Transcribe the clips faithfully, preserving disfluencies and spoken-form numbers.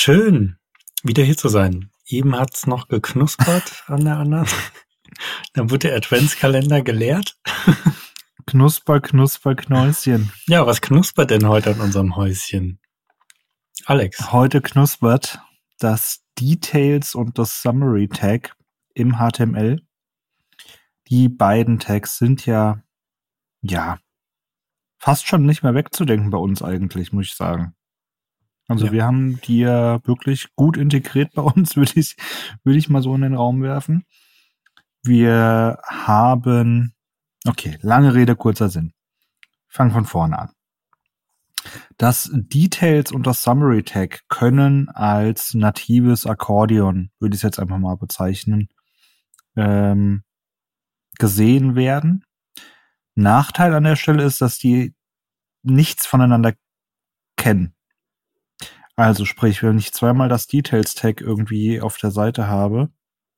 Schön, wieder hier zu sein. Eben hat's noch geknuspert an der anderen. Dann wurde der Adventskalender geleert. Knusper, Knusper, Knäuschen. Ja, was knuspert denn heute an unserem Häuschen? Alex. Heute knuspert das Details und das Summary Tag im H T M L. Die beiden Tags sind ja, ja, fast schon nicht mehr wegzudenken bei uns eigentlich, muss ich sagen. Also Ja. wir haben die ja wirklich gut integriert bei uns, würde ich, würde ich mal so in den Raum werfen. Wir haben, okay, lange Rede, kurzer Sinn. Ich fange von vorne an. Das Details und das Summary Tag können als natives Akkordeon, würde ich es jetzt einfach mal bezeichnen, ähm, gesehen werden. Nachteil an der Stelle ist, dass die nichts voneinander kennen. Also sprich, wenn ich zweimal das Details Tag irgendwie auf der Seite habe,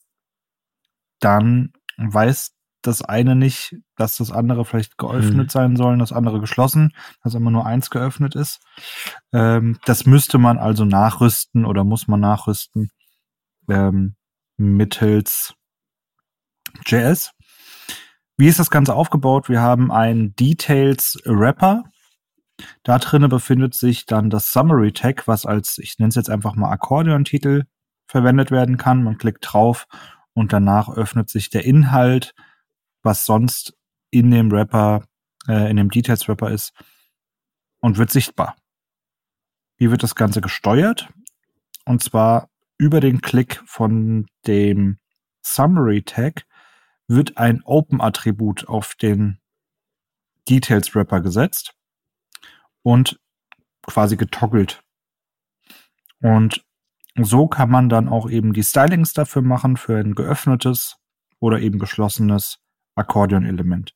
dann weiß das eine nicht, dass das andere vielleicht geöffnet Hm. sein soll, das andere geschlossen, dass immer nur eins geöffnet ist. Ähm, das müsste man also nachrüsten oder muss man nachrüsten ähm, mittels J S. Wie ist das Ganze aufgebaut? Wir haben einen Details Wrapper. Da drinnen befindet sich dann das Summary Tag, was als, ich nenne es jetzt einfach mal Akkordeon-Titel verwendet werden kann. Man klickt drauf und danach öffnet sich der Inhalt, was sonst in dem Wrapper, äh, in dem Details Wrapper ist, und wird sichtbar. Wie wird das Ganze gesteuert? Und zwar über den Klick von dem Summary Tag wird ein Open-Attribut auf den Details Wrapper gesetzt und quasi getoggelt. Und so kann man dann auch eben die Stylings dafür machen für ein geöffnetes oder eben geschlossenes Akkordeon-Element.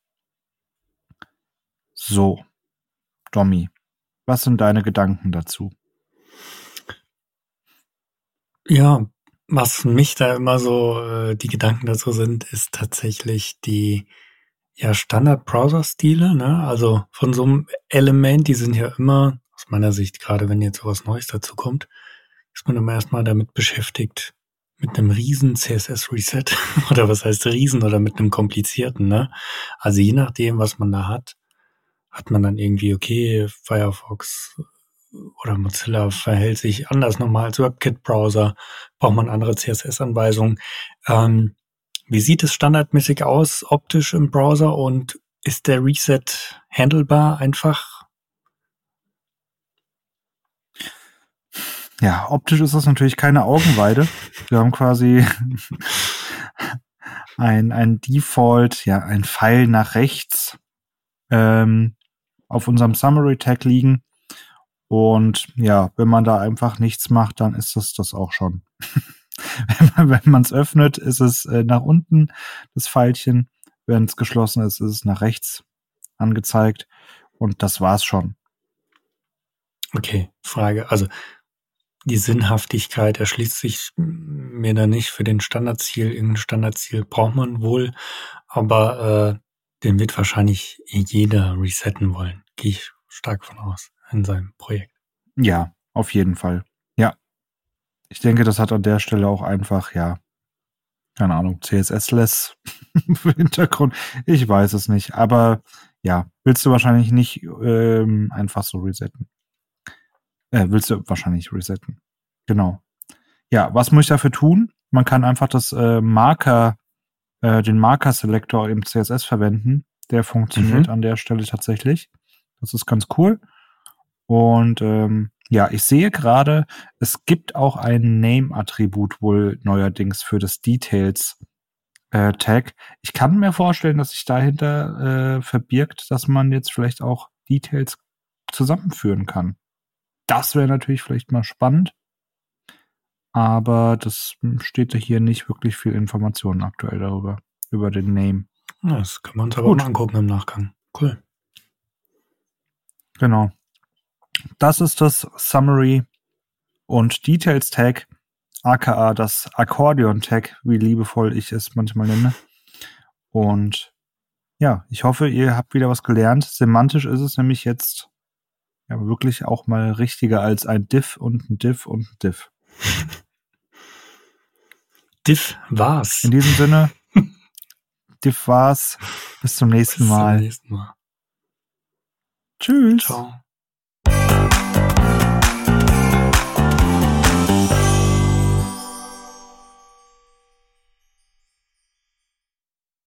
So, Domi, was sind deine Gedanken dazu? Ja, was mich da immer so äh, die Gedanken dazu sind, ist tatsächlich die ja Standard-Browser-Stile, ne? Also von so einem Element, die sind ja immer, aus meiner Sicht, gerade wenn jetzt sowas Neues dazu kommt, ist man immer erstmal damit beschäftigt, mit einem riesen C S S-Reset oder was heißt riesen oder mit einem komplizierten, ne? Also je nachdem, was man da hat, hat man dann irgendwie, okay, Firefox oder Mozilla verhält sich anders nochmal als WebKit-Browser, braucht man andere C S S-Anweisungen. Ähm, wie sieht es standardmäßig aus, optisch im Browser, und ist der Reset handelbar einfach? Ja, optisch ist das natürlich keine Augenweide. Wir haben quasi ein, ein Default, ja, ein Pfeil nach rechts ähm, auf unserem Summary Tag liegen. Und ja, wenn man da einfach nichts macht, dann ist das das auch schon. Wenn man es öffnet, ist es äh, nach unten, das Pfeilchen. Wenn es geschlossen ist, ist es nach rechts angezeigt. Und das war's schon. Okay, Frage. Also die Sinnhaftigkeit erschließt sich mir da nicht für den Standardziel. Irgendein Standardziel braucht man wohl, aber äh, den wird wahrscheinlich jeder resetten wollen. Gehe ich stark von aus in seinem Projekt. Ja, auf jeden Fall. Ja. Ich denke, das hat an der Stelle auch einfach, ja, keine Ahnung, C S S-less Hintergrund. Ich weiß es nicht. Aber ja, willst du wahrscheinlich nicht ähm, einfach so resetten. Äh, willst du wahrscheinlich resetten. Genau. Ja, was muss ich dafür tun? Man kann einfach das äh, Marker, äh, den Marker-Selector im C S S verwenden. Der funktioniert Mhm. an der Stelle tatsächlich. Das ist ganz cool. Und ähm, ja, ich sehe gerade, es gibt auch ein Name-Attribut wohl neuerdings für das Details-Tag. Äh, ich kann mir vorstellen, dass sich dahinter äh, verbirgt, dass man jetzt vielleicht auch Details zusammenführen kann. Das wäre natürlich vielleicht mal spannend. Aber das steht hier nicht wirklich viel Informationen aktuell darüber, über den Name. Ja, das können wir uns aber Gut. mal angucken im Nachgang. Cool. Genau. Das ist das Summary und Details Tag, aka das Akkordeon Tag, wie liebevoll ich es manchmal nenne. Und ja, ich hoffe, ihr habt wieder was gelernt. Semantisch ist es nämlich jetzt ja wirklich auch mal richtiger als ein Div und ein Div und ein Div. Diff war's. In diesem Sinne, Diff war's. Bis zum nächsten Bis Mal. zum nächsten Mal. Tschüss. Ciao.